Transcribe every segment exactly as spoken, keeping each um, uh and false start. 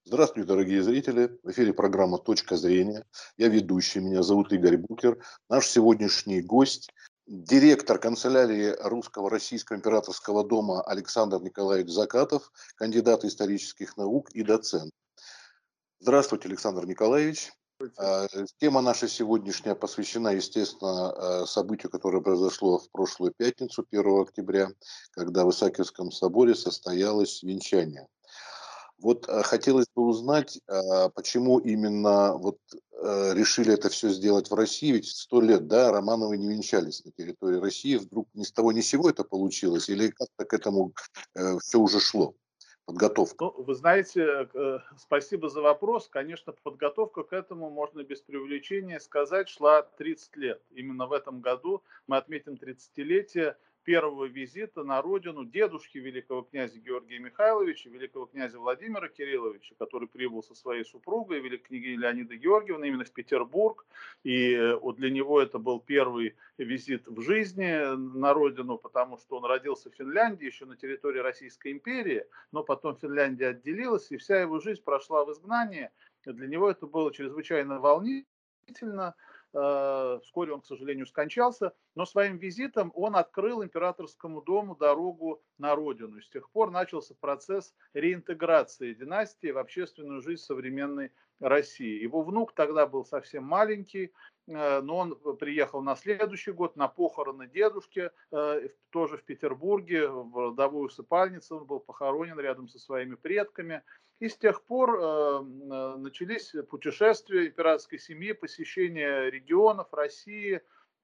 Здравствуйте, дорогие зрители. В эфире программа «Точка зрения». Я ведущий, меня зовут Игорь Букер. Наш сегодняшний гость– директор канцелярии Русского Российского императорского дома Александр Николаевич Закатов, кандидат исторических наук и доцент. Здравствуйте, Александр Николаевич. Здравствуйте. А, Тема наша сегодняшняя посвящена, естественно, э, событию, которое произошло в прошлую пятницу, первого октября, когда в Исаакиевском соборе состоялось венчание. Вот, э, хотелось бы узнать, а, почему именно вот, э, решили это все сделать в России? Ведь сто лет, да, Романовы не венчались на территории России. Вдруг ни с того ни с сего это получилось или как-то к этому, все уже шло, подготовка? Ну, вы знаете, э, спасибо за вопрос. Конечно, подготовка к этому, можно без преувеличения сказать, шла тридцать лет. Именно в этом году мы отметим тридцатилетие первого визита на родину дедушки великого князя Георгия Михайловича, великого князя Владимира Кирилловича, который прибыл со своей супругой, великой княгиней Леонидой Георгиевной, именно в Петербург. И э, вот для него это был первый визит в жизни на родину, потому что он родился в Финляндии, еще на территории Российской империи, но потом Финляндия отделилась, и вся его жизнь прошла в изгнании. Для него это было чрезвычайно волнительно. Э, Вскоре он, к сожалению, скончался, но своим визитом он открыл императорскому дому дорогу на родину. И с тех пор начался процесс реинтеграции династии в общественную жизнь современной России. Его внук тогда был совсем маленький, э, но он приехал на следующий год на похороны дедушки, э, тоже в Петербурге, в родовую усыпальницу. Он был похоронен рядом со своими предками. И с тех пор э, начались путешествия императорской семьи, посещение регионов России,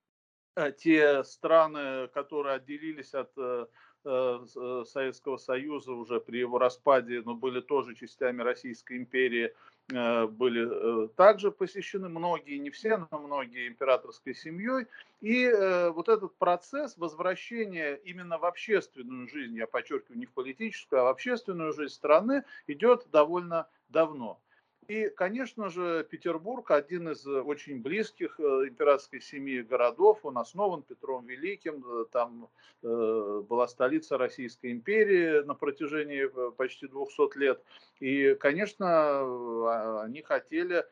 э, те страны, которые отделились от э, э, э, Советского Союза уже при его распаде, но были тоже частями Российской империи, э, были э, также посещены многие, не все, но многие императорской семьей. И э, вот этот процесс возвращения именно в общественную жизнь, я подчеркиваю, не в политическую, а в общественную жизнь страны, идет довольно давно. И, конечно же, Петербург один из э, очень близких э, императорской семьи городов. Он основан Петром Великим. э, Там э, была столица Российской империи на протяжении э, почти двухсот лет. И, конечно, э, они хотели,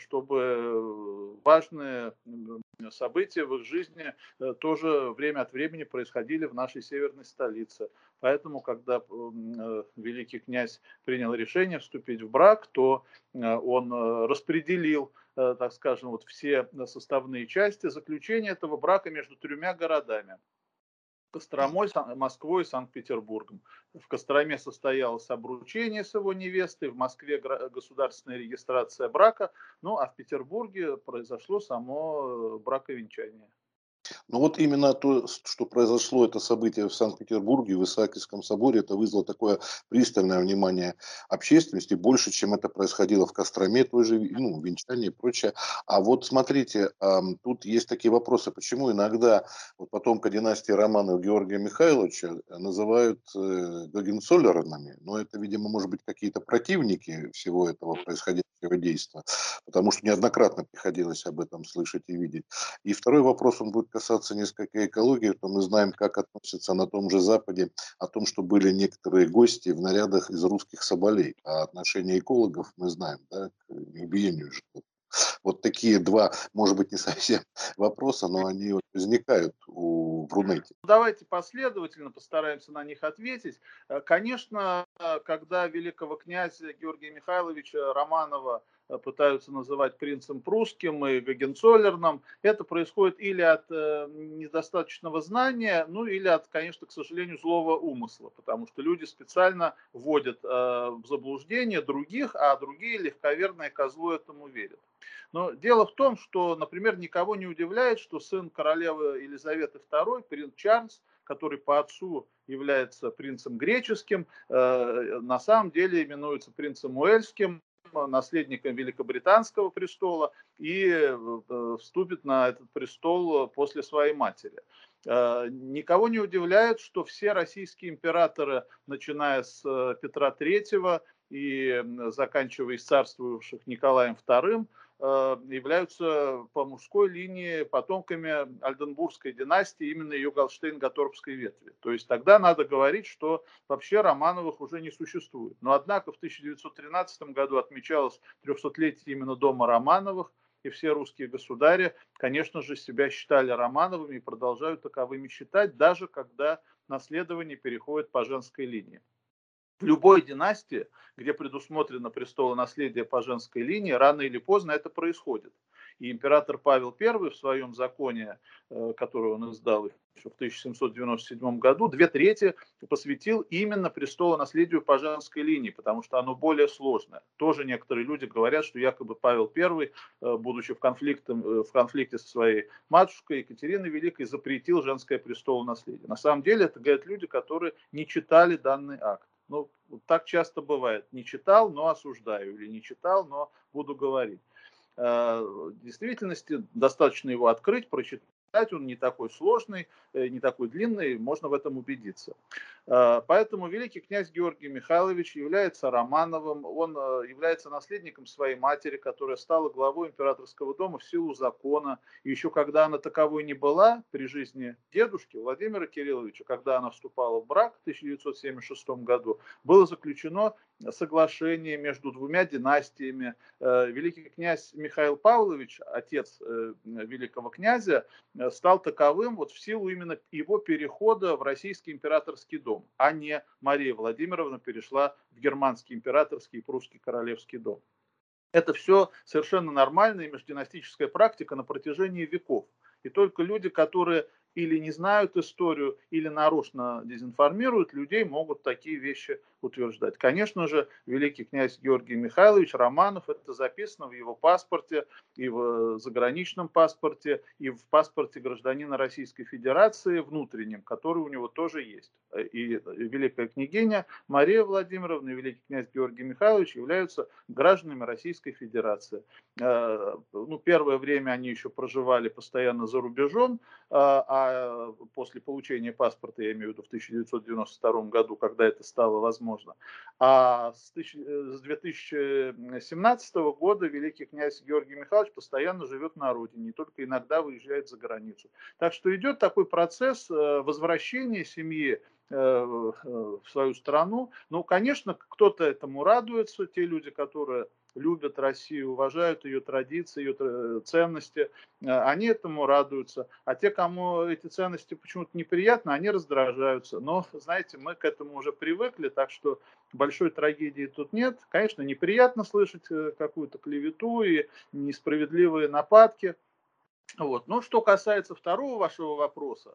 чтобы важные м, события в их жизни э, тоже время от времени происходили в нашей северной столице. Поэтому, когда м, э, великий князь принял решение вступить в брак, то э, он э, распределил, э, так скажем, вот все составные части заключения этого брака между тремя городами. Костромой, Сан- Москвой и Санкт-Петербургом. В Костроме состоялось обручение с его невестой, в Москве гра- государственная регистрация брака, ну а в Петербурге произошло само э, браковенчание. Ну вот именно то, с- что произошло, это событие в Санкт-Петербурге, в Исаакиевском соборе, это вызвало такое пристальное внимание общественности, больше, чем это происходило в Костроме, той же, ну, венчании и прочее. А вот смотрите, ам, тут есть такие вопросы, почему иногда вот потомка династии Романовых Георгия Михайловича э, называют э, Гогенцоллернами, но это, видимо, может быть, какие-то противники всего этого происходящего действия, потому что неоднократно приходилось об этом слышать и видеть. И второй вопрос, он будет касаться несколько экологии. То мы знаем, как относятся на том же Западе о том, что были некоторые гости в нарядах из русских соболей. А отношение экологов мы знаем, да, к избиению животных. Вот такие два, может быть, не совсем вопроса, но они вот возникают у, в Рунете. Давайте последовательно постараемся на них ответить. Э, Конечно, э, когда великого князя Георгия Михайловича Романова э, пытаются называть принцем прусским и Гогенцоллерном, это происходит или от э, недостаточного знания, ну или от, конечно, к сожалению, злого умысла, потому что люди специально вводят э, в заблуждение других, а другие легковерные козлу этому верят. Но дело в том, что, например, никого не удивляет, что сын королевы Елизаветы второй, принц Чарльз, который по отцу является принцем греческим, э, на самом деле именуется принцем Уэльским, наследником Великобританского престола и э, вступит на этот престол после своей матери. Э, Никого не удивляет, что все российские императоры, начиная с э, Петра Третьего и заканчивая царствующих Николаем Вторым, являются по мужской линии потомками Ольденбургской династии, именно ее Галштейн-Гаторпской ветви. То есть тогда надо говорить, что вообще Романовых уже не существует. Но однако в тысяча девятьсот тринадцатом году отмечалось трехсотлетие именно дома Романовых, и все русские государи, конечно же, себя считали Романовыми и продолжают таковыми считать, даже когда наследование переходит по женской линии. В любой династии, где предусмотрено престолонаследие по женской линии, рано или поздно это происходит. И император Павел Первый в своем законе, который он издал еще в тысяча семьсот девяносто седьмом году, две трети посвятил именно престолонаследию по женской линии, потому что оно более сложное. Тоже некоторые люди говорят, что якобы Павел Первый, будучи в конфликте, в конфликте со своей матушкой Екатериной Великой, запретил женское престолонаследие. На самом деле это говорят люди, которые не читали данный акт. Ну, так часто бывает. Не читал, но осуждаю. Или не читал, но буду говорить. В действительности достаточно его открыть, прочитать. Он не такой сложный, не такой длинный, можно в этом убедиться. Поэтому великий князь Георгий Михайлович является Романовым, он является наследником своей матери, которая стала главой императорского дома в силу закона. И еще когда она таковой не была, при жизни дедушки Владимира Кирилловича, когда она вступала в брак в тысяча девятьсот семьдесят шестом году, было заключено соглашение между двумя династиями. Великий князь Михаил Павлович, отец великого князя, стал таковым вот в силу именно его перехода в российский императорский дом, а не Мария Владимировна перешла в германский императорский и прусский королевский дом. Это все совершенно нормальная междинастическая практика на протяжении веков. И только люди, которые или не знают историю, или нарочно дезинформируют людей, могут такие вещи утверждать. Конечно же, великий князь Георгий Михайлович Романов, это записано в его паспорте, и в заграничном паспорте, и в паспорте гражданина Российской Федерации внутреннем, который у него тоже есть. И великая княгиня Мария Владимировна и великий князь Георгий Михайлович являются гражданами Российской Федерации. Ну, первое время они еще проживали постоянно за рубежом, а после получения паспорта, я имею в виду в тысяча девятьсот девяносто втором году, когда это стало возможно. А с две тысячи семнадцатого года великий князь Георгий Михайлович постоянно живет на родине, и только иногда выезжает за границу. Так что идет такой процесс возвращения семьи в свою страну. Ну, конечно, кто-то этому радуется, те люди, которые любят Россию, уважают ее традиции, ее ценности, они этому радуются. А те, кому эти ценности почему-то неприятны, они раздражаются. Но, знаете, мы к этому уже привыкли, так что большой трагедии тут нет. Конечно, неприятно слышать какую-то клевету и несправедливые нападки. Вот. Но что касается второго вашего вопроса,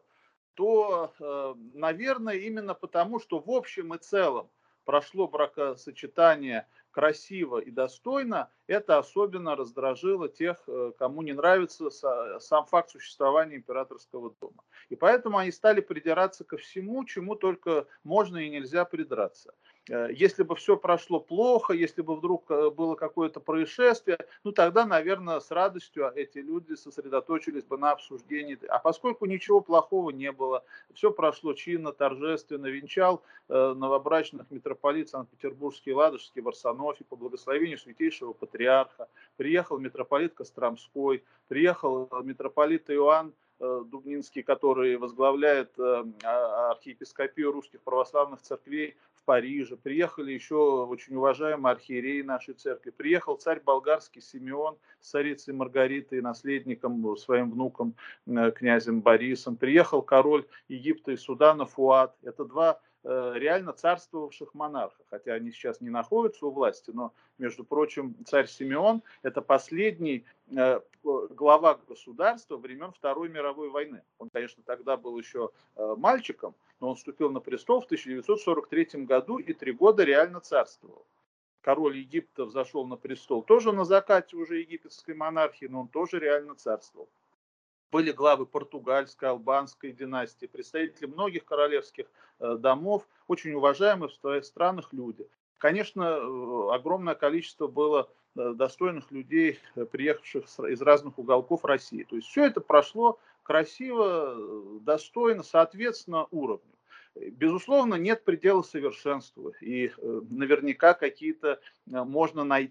то, наверное, именно потому, что в общем и целом прошло бракосочетание красиво и достойно, это особенно раздражило тех, кому не нравится сам факт существования императорского дома. И поэтому они стали придираться ко всему, чему только можно и нельзя придраться. Если бы все прошло плохо, если бы вдруг было какое-то происшествие, ну тогда, наверное, с радостью эти люди сосредоточились бы на обсуждении. А поскольку ничего плохого не было, все прошло чинно, торжественно, венчал новобрачных митрополит Санкт-Петербургский и Ладожский в Арсенофе по благословению святейшего патриарха, приехал митрополит Костромской, приехал митрополит Иоанн Дубнинский, который возглавляет архиепископию русских православных церквей в Париже. Приехали еще очень уважаемые архиереи нашей церкви. Приехал царь болгарский Симеон с царицей Маргаритой, наследником, своим внуком, князем Борисом. Приехал король Египта и Судана Фуад. Это два реально царствовавших монарха, хотя они сейчас не находятся у власти, но, между прочим, царь Симеон – это последний э, глава государства времен Второй мировой войны. Он, конечно, тогда был еще э, мальчиком, но он вступил на престол в тысяча девятьсот сорок третьем году и три года реально царствовал. Король Египта взошел на престол тоже на закате уже египетской монархии, но он тоже реально царствовал. Были главы португальской, албанской династии, представители многих королевских домов, очень уважаемые в своих странах люди. Конечно, огромное количество было достойных людей, приехавших из разных уголков России. То есть все это прошло красиво, достойно, соответственно уровню. Безусловно, нет предела совершенству, и наверняка какие-то можно найти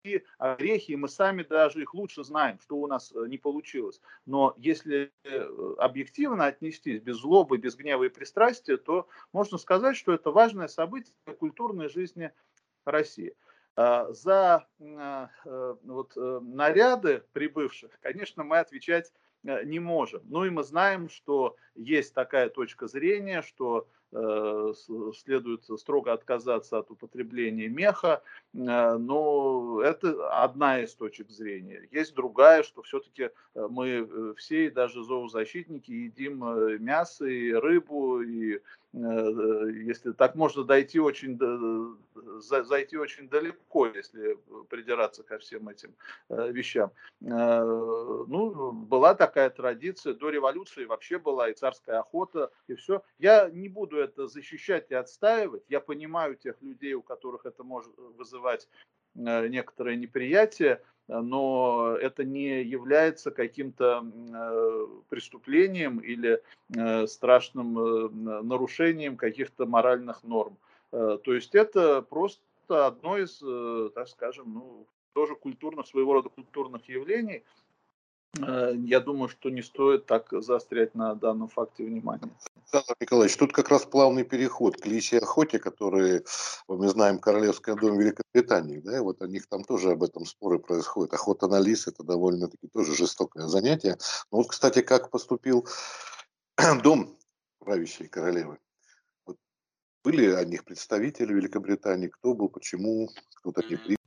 орехи, и мы сами даже их лучше знаем, что у нас не получилось. Но если объективно отнестись, без злобы, без гнева и пристрастия, то можно сказать, что это важное событие культурной жизни России. За вот, наряды прибывших, конечно, мы отвечать не можем. Ну и мы знаем, что есть такая точка зрения, что э, следует строго отказаться от употребления меха, э, но это одна из точек зрения. Есть другая, что все-таки мы все, даже зоозащитники, едим мясо и рыбу, и если так можно дойти очень, зайти очень далеко, если придираться ко всем этим вещам. Ну, была такая традиция, до революции вообще была и царская охота, и все. Я не буду это защищать и отстаивать. Я понимаю тех людей, у которых это может вызывать некоторое неприятие, но это не является каким-то преступлением или страшным нарушением каких-то моральных норм. То есть это просто одно из, так скажем, ну, тоже культурных, своего рода культурных явлений. Я думаю, что не стоит так заострять на данном факте внимание. Александр Николаевич, тут как раз плавный переход к лисьей охоте, которые, мы знаем, Королевский дом Великобритании, да, и вот о них там тоже об этом споры происходят. Охота на лис — это довольно-таки тоже жестокое занятие. Но вот, кстати, как поступил дом правящей королевы? Вот были о них представители Великобритании, кто был, почему, кто-то не принял?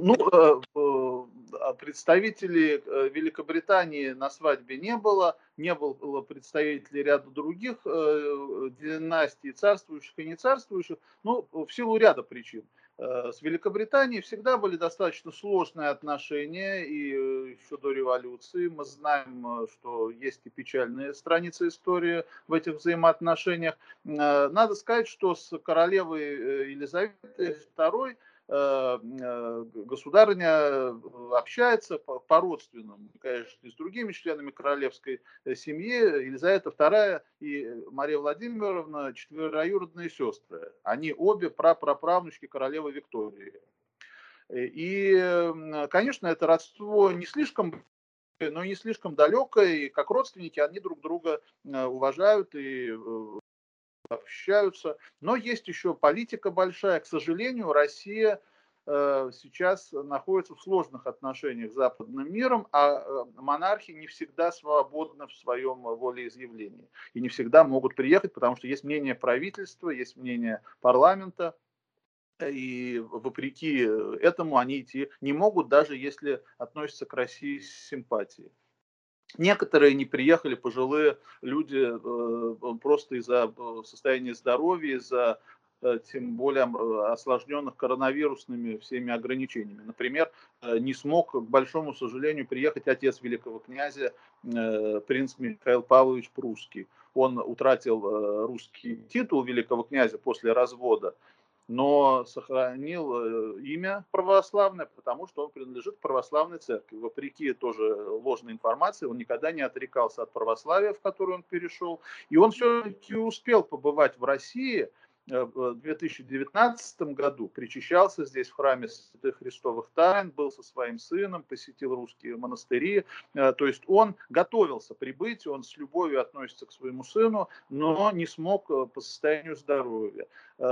Ну, представителей Великобритании на свадьбе не было, не было представителей ряда других династий, царствующих и не царствующих, ну, в силу ряда причин. С Великобританией всегда были достаточно сложные отношения, и еще до революции мы знаем, что есть и печальные страницы истории в этих взаимоотношениях. Надо сказать, что с королевой Елизаветой второй государыня общается по-родственному, конечно, и с другими членами королевской семьи. Елизавета вторая и Мария Владимировна четвероюродные сестры. Они обе прапраправнучки королевы Виктории. И, конечно, это родство не слишком, но и не слишком далекое, и как родственники они друг друга уважают и общаются. Но есть еще политика большая. К сожалению, Россия э, сейчас находится в сложных отношениях с западным миром, а э, монархи не всегда свободны в своем волеизъявлении. И не всегда могут приехать, потому что есть мнение правительства, есть мнение парламента. И вопреки этому они идти не могут, даже если относятся к России с симпатией. Некоторые не приехали, пожилые люди, э, просто из-за состояния здоровья, из-за э, тем более осложненных коронавирусными всеми ограничениями. Например, э, не смог, к большому сожалению, приехать отец великого князя, э, принц Михаил Павлович Прусский. Он утратил э, русский титул великого князя после развода, но сохранил имя православное, потому что он принадлежит к православной церкви. Вопреки тоже ложной информации, он никогда не отрекался от православия, в которое он перешел. И он все-таки успел побывать в России в две тысячи девятнадцатом году, причащался здесь в храме Святых Христовых Тайн, был со своим сыном, посетил русские монастыри. То есть он готовился прибыть, он с любовью относится к своему сыну, но не смог по состоянию здоровья.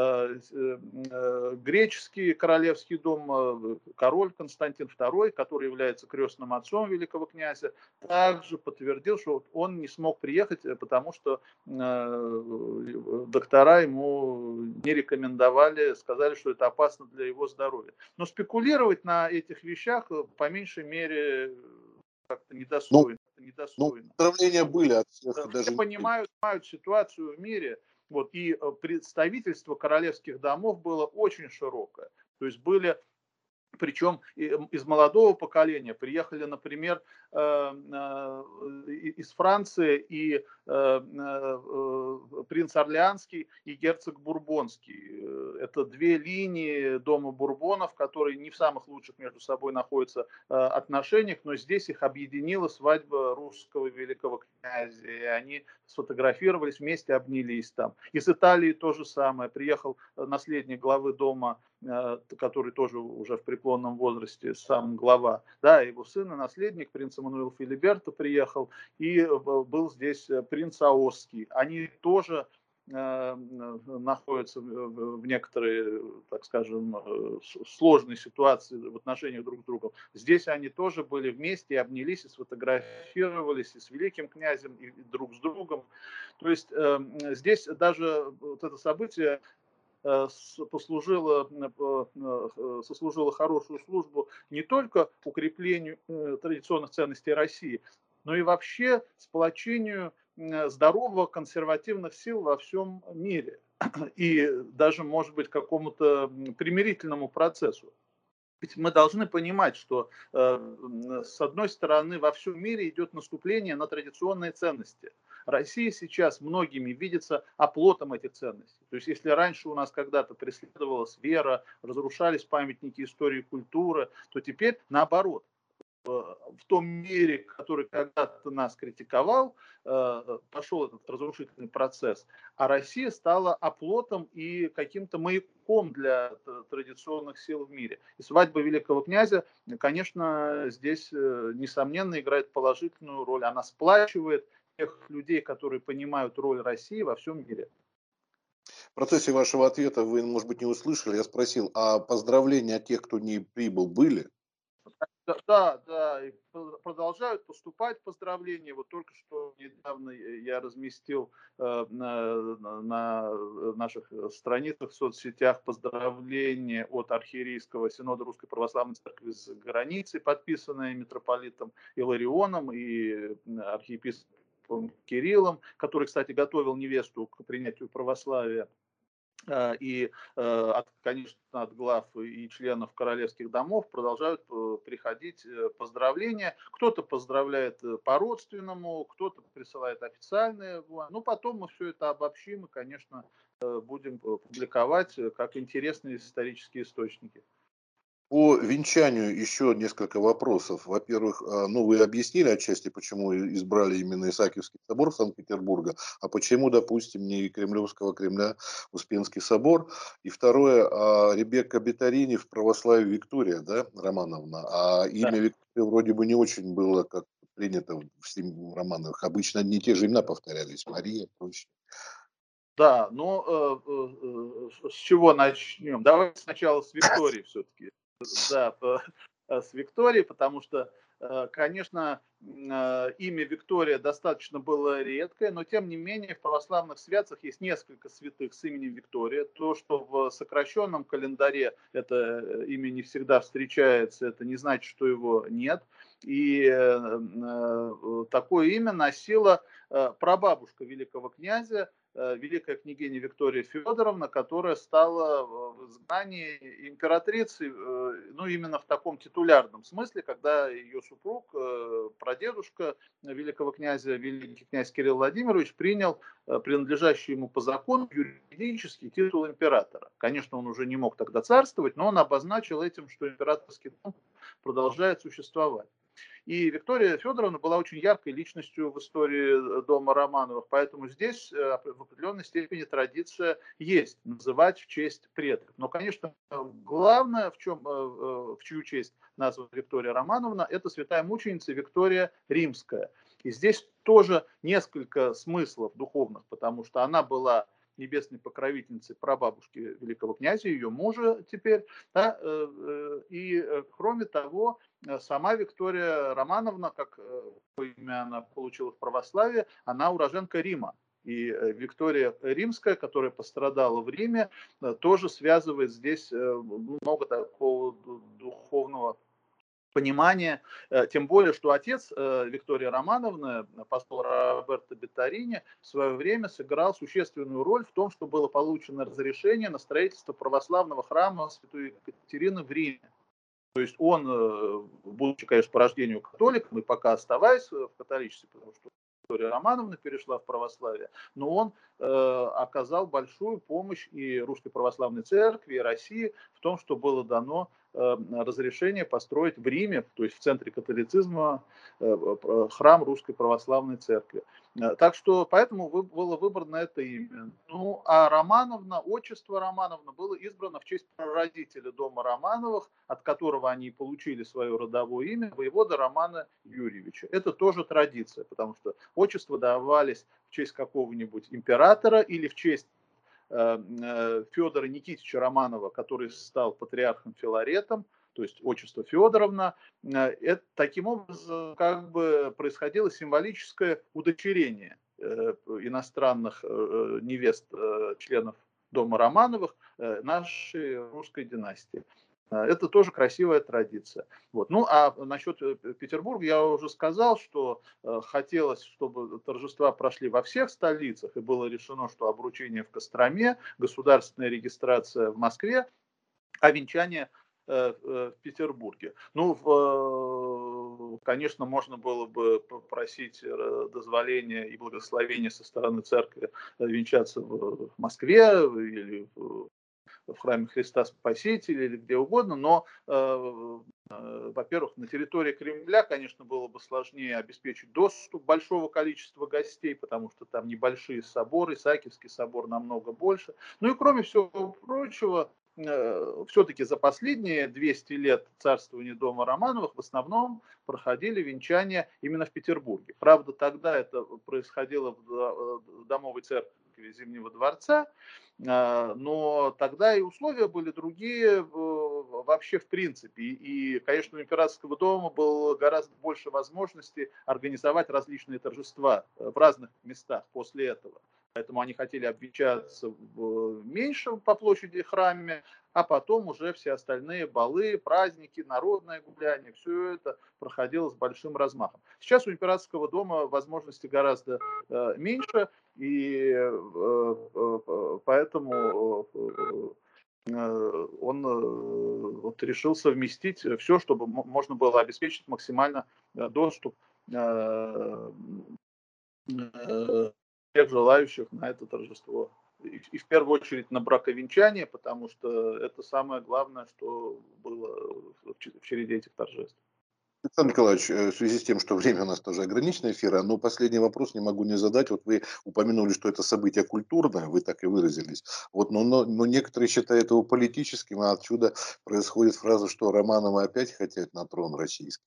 Греческий королевский дом, король Константин второй, который является крестным отцом великого князя, также подтвердил, что он не смог приехать, потому что доктора ему не рекомендовали, сказали, что это опасно для его здоровья. Но спекулировать на этих вещах, по меньшей мере, как-то недостойно. Ну, недостойно. ну, поздравления были от всех. Все Даже понимают, понимают ситуацию в мире. Вот, и представительство королевских домов было очень широкое. То есть были, причем из молодого поколения приехали, например, из Франции и принц Орлеанский и герцог Бурбонский. Это две линии дома Бурбонов, которые не в самых лучших между собой находятся отношениях, но здесь их объединила свадьба русского великого князя, и они сфотографировались вместе, обнялись там. Из Италии то же самое. Приехал наследник главы дома который тоже уже в преклонном возрасте, сам глава, да, его сын и наследник, принц Эммануил Филиберто приехал, и был здесь принц Аосский. Они тоже находятся в некоторой, так скажем, сложной ситуации в отношениях друг с другом. Здесь они тоже были вместе, и обнялись, и сфотографировались и с великим князем, и друг с другом. То есть здесь даже вот это событие послужило, сослужило хорошую службу не только укреплению традиционных ценностей России, но и вообще сплочению здоровых консервативных сил во всем мире. И даже, может быть, какому-то примирительному процессу. Ведь мы должны понимать, что э, с одной стороны во всем мире идет наступление на традиционные ценности. Россия сейчас многими видится оплотом этих ценностей. То есть если раньше у нас когда-то преследовалась вера, разрушались памятники истории и культуры, то теперь наоборот. В том мире, который когда-то нас критиковал, пошел этот разрушительный процесс, а Россия стала оплотом и каким-то маяком для традиционных сил в мире. И свадьба великого князя, конечно, здесь, несомненно, играет положительную роль. Она сплачивает тех людей, которые понимают роль России во всем мире. В процессе вашего ответа вы, может быть, не услышали. Я спросил, а поздравления от тех, кто не прибыл, были? Да, да, и продолжают поступать поздравления. Вот только что недавно я разместил э, на, на наших страницах в соцсетях поздравления от Архиерейского Синода Русской Православной Церкви за границей, подписанные митрополитом Иларионом и архиепископом Кириллом, который, кстати, готовил невесту к принятию православия. И, конечно, от глав и членов королевских домов продолжают приходить поздравления. Кто-то поздравляет по-родственному, кто-то присылает официальные. Ну, потом мы все это обобщим и, конечно, будем публиковать как интересные исторические источники. По венчанию еще несколько вопросов. Во-первых, ну вы объяснили отчасти, почему избрали именно Исаакиевский собор Санкт-Петербурга, а почему, допустим, не Кремлевского Кремля, Успенский собор. И второе, Ребекка Бетарини в православии Виктория, да, Романовна, а имя да. Виктория вроде бы не очень было как принято в семье Романовых. Обычно одни и те же имена повторялись, Мария и прочее. Да, но э, э, с чего начнем? Давайте сначала с Виктории все-таки. Да, с Викторией, потому что, конечно, имя Виктория достаточно было редкое, но тем не менее в православных святцах есть несколько святых с именем Виктория. То, что в сокращенном календаре это имя не всегда встречается, это не значит, что его нет. И такое имя носила прабабушка великого князя, великая княгиня Виктория Федоровна, которая стала в изгнании императрицей, ну, именно в таком титулярном смысле, когда ее супруг, прадедушка великого князя, великий князь Кирилл Владимирович, принял принадлежащий ему по закону юридический титул императора. Конечно, он уже не мог тогда царствовать, но он обозначил этим, что императорский дом продолжает существовать. И Виктория Федоровна была очень яркой личностью в истории дома Романовых, поэтому здесь в определенной степени традиция есть называть в честь предков. Но, конечно, главное, в, чем, в чью честь названа Виктория Романовна, это святая мученица Виктория Римская. И здесь тоже несколько смыслов духовных, потому что она была небесной покровительницей прабабушки великого князя, ее мужа теперь. Да, и, кроме того, сама Виктория Романовна, как имя она получила в православии, она уроженка Рима. И Виктория Римская, которая пострадала в Риме, тоже связывает здесь много такого духовного понимание, тем более, что отец Виктории Романовны, апостол Роберто Бетарини, в свое время сыграл существенную роль в том, что было получено разрешение на строительство православного храма Святой Екатерины в Риме. То есть он, будучи, конечно, по рождению католиком и пока оставаясь в католичестве, потому что Виктория Романовна перешла в православие, но он э, оказал большую помощь и Русской Православной Церкви, и России в том, что было дано э, разрешение построить в Риме, то есть в центре католицизма, э, э, храм Русской Православной Церкви. Э, Так что поэтому вы- было выбрано это имя. Ну, а Романовна, отчество Романовна было избрано в честь прародителя дома Романовых, от которого они получили свое родовое имя, воевода Романа Юрьевича. Это тоже традиция, потому что отчества давались в честь какого-нибудь императора или в честь Федора Никитича Романова, который стал патриархом Филаретом, то есть отчество Федоровна. Это, таким образом, как бы происходило символическое удочерение э, иностранных э, невест э, членов дома Романовых э, нашей русской династии. Э, Это тоже красивая традиция. Вот. Ну, а насчет э, Петербурга я уже сказал, что э, хотелось, чтобы торжества прошли во всех столицах, и было решено, что обручение в Костроме, государственная регистрация в Москве, а венчание э, э, в Петербурге. Ну, в, э, конечно, можно было бы попросить э, дозволения и благословения со стороны церкви э, венчаться в в Москве или в в храме Христа Спасителя или где угодно, но, э, э, во-первых, на территории Кремля, конечно, было бы сложнее обеспечить доступ большого количества гостей, потому что там небольшие соборы, Исаакиевский собор намного больше. Ну и кроме всего прочего, э, все-таки за последние двести лет царствования дома Романовых в основном проходили венчания именно в Петербурге. Правда, тогда это происходило в в домовой церкви Зимнего дворца, а, но тогда и условия были другие в- вообще в принципе. И, конечно, у императорского дома было гораздо больше возможностей организовать различные торжества э, в разных местах после этого. Поэтому они хотели обвенчаться в меньшем по площади храме, а потом уже все остальные балы, праздники, народное гуляние, все это проходило с большим размахом. Сейчас у императорского дома возможностей гораздо э, меньше, и э, э, поэтому э, он э, вот решил совместить все, чтобы мо- можно было обеспечить максимально э, доступ э, э, всех желающих на это торжество. И, и в первую очередь на браковенчание, потому что это самое главное, что было в ч- в череде этих торжеств. Александр Николаевич, э, в связи с тем, что время у нас тоже ограничено эфира, но последний вопрос не могу не задать. Вот вы упомянули, что это событие культурное, вы так и выразились. Вот, но, но, но некоторые считают его политическим, а отсюда происходит фраза, что Романовы опять хотят на трон российский.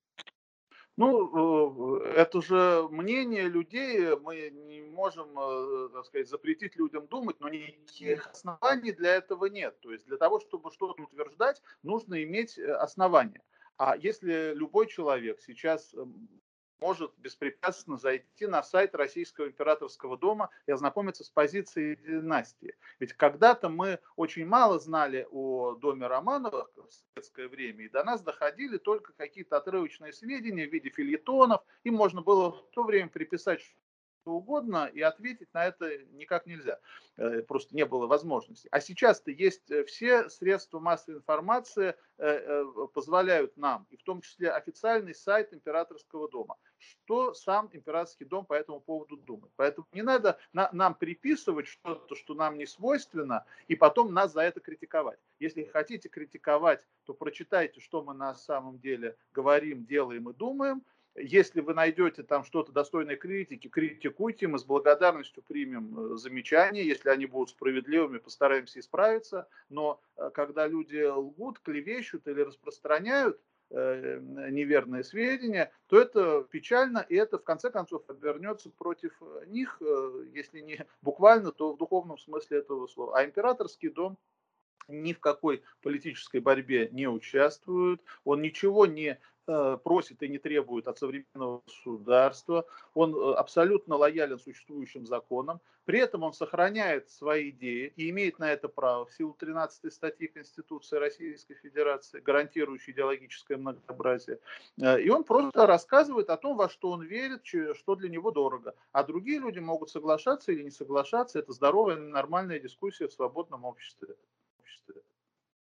Ну, э, это же мнение людей, мы не можем, э, так сказать, запретить людям думать, но никаких оснований для этого нет. То есть для того, чтобы что-то утверждать, нужно иметь э, основания. А если любой человек сейчас м, может беспрепятственно зайти на сайт Российского императорского дома и ознакомиться с позицией династии. Ведь когда-то мы очень мало знали о доме Романовых в советское время, и до нас доходили только какие-то отрывочные сведения в виде фельетонов, и можно было в то время приписать что угодно, и ответить на это никак нельзя. Э, Просто не было возможности. А сейчас-то есть э, все средства массовой информации, э, э, позволяют нам, и в том числе официальный сайт Императорского дома, что сам Императорский дом по этому поводу думает. Поэтому не надо на, нам приписывать что-то, что нам не свойственно, и потом нас за это критиковать. Если хотите критиковать, то прочитайте, что мы на самом деле говорим, делаем и думаем. Если вы найдете там что-то достойное критики, критикуйте, мы с благодарностью примем э, замечания, если они будут справедливыми, постараемся исправиться. Но э, когда люди лгут, клевещут или распространяют э, неверные сведения, то это печально, и это в конце концов обернется против них, э, если не буквально, то в духовном смысле этого слова. А императорский дом ни в какой политической борьбе не участвует, он ничего не э, просит и не требует от современного государства, он э, абсолютно лоялен существующим законам, при этом он сохраняет свои идеи и имеет на это право в силу тринадцатой статьи Конституции Российской Федерации, гарантирующей идеологическое многообразие. Э, И он просто рассказывает о том, во что он верит, что для него дорого. А другие люди могут соглашаться или не соглашаться. Это здоровая, нормальная дискуссия в свободном обществе. обществе.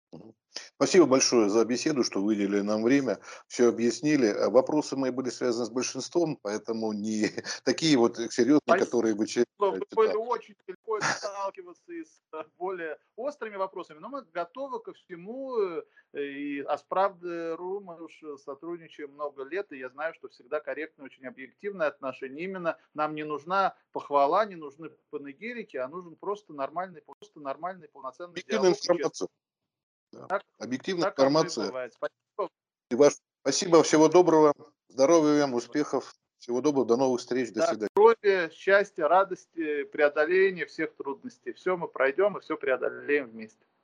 Мгм. Спасибо большое за беседу, что выделили нам время, все объяснили. А Вопросы мои были связаны с большинством, поэтому не такие вот серьезные, Спасибо. которые вы Вы читаете. были Да. очень далеко сталкиваться и с э, более острыми вопросами, но мы готовы ко всему. э, И, а с Правды.ру мы уж сотрудничаем много лет, и я знаю, что всегда корректное, очень объективное отношение. Именно нам не нужна похвала, не нужны панегирики, а нужен просто нормальный, просто нормальный, полноценный Объективная диалог и честный. информация. Да. Так, Объективная так оно и информация. бывает. Спасибо. И ваш... Спасибо, всего доброго, здоровья вам, успехов, всего доброго, до новых встреч, до Да, свидания. здоровья, счастья, радости, преодоления всех трудностей. Все мы пройдем и все преодолеем вместе.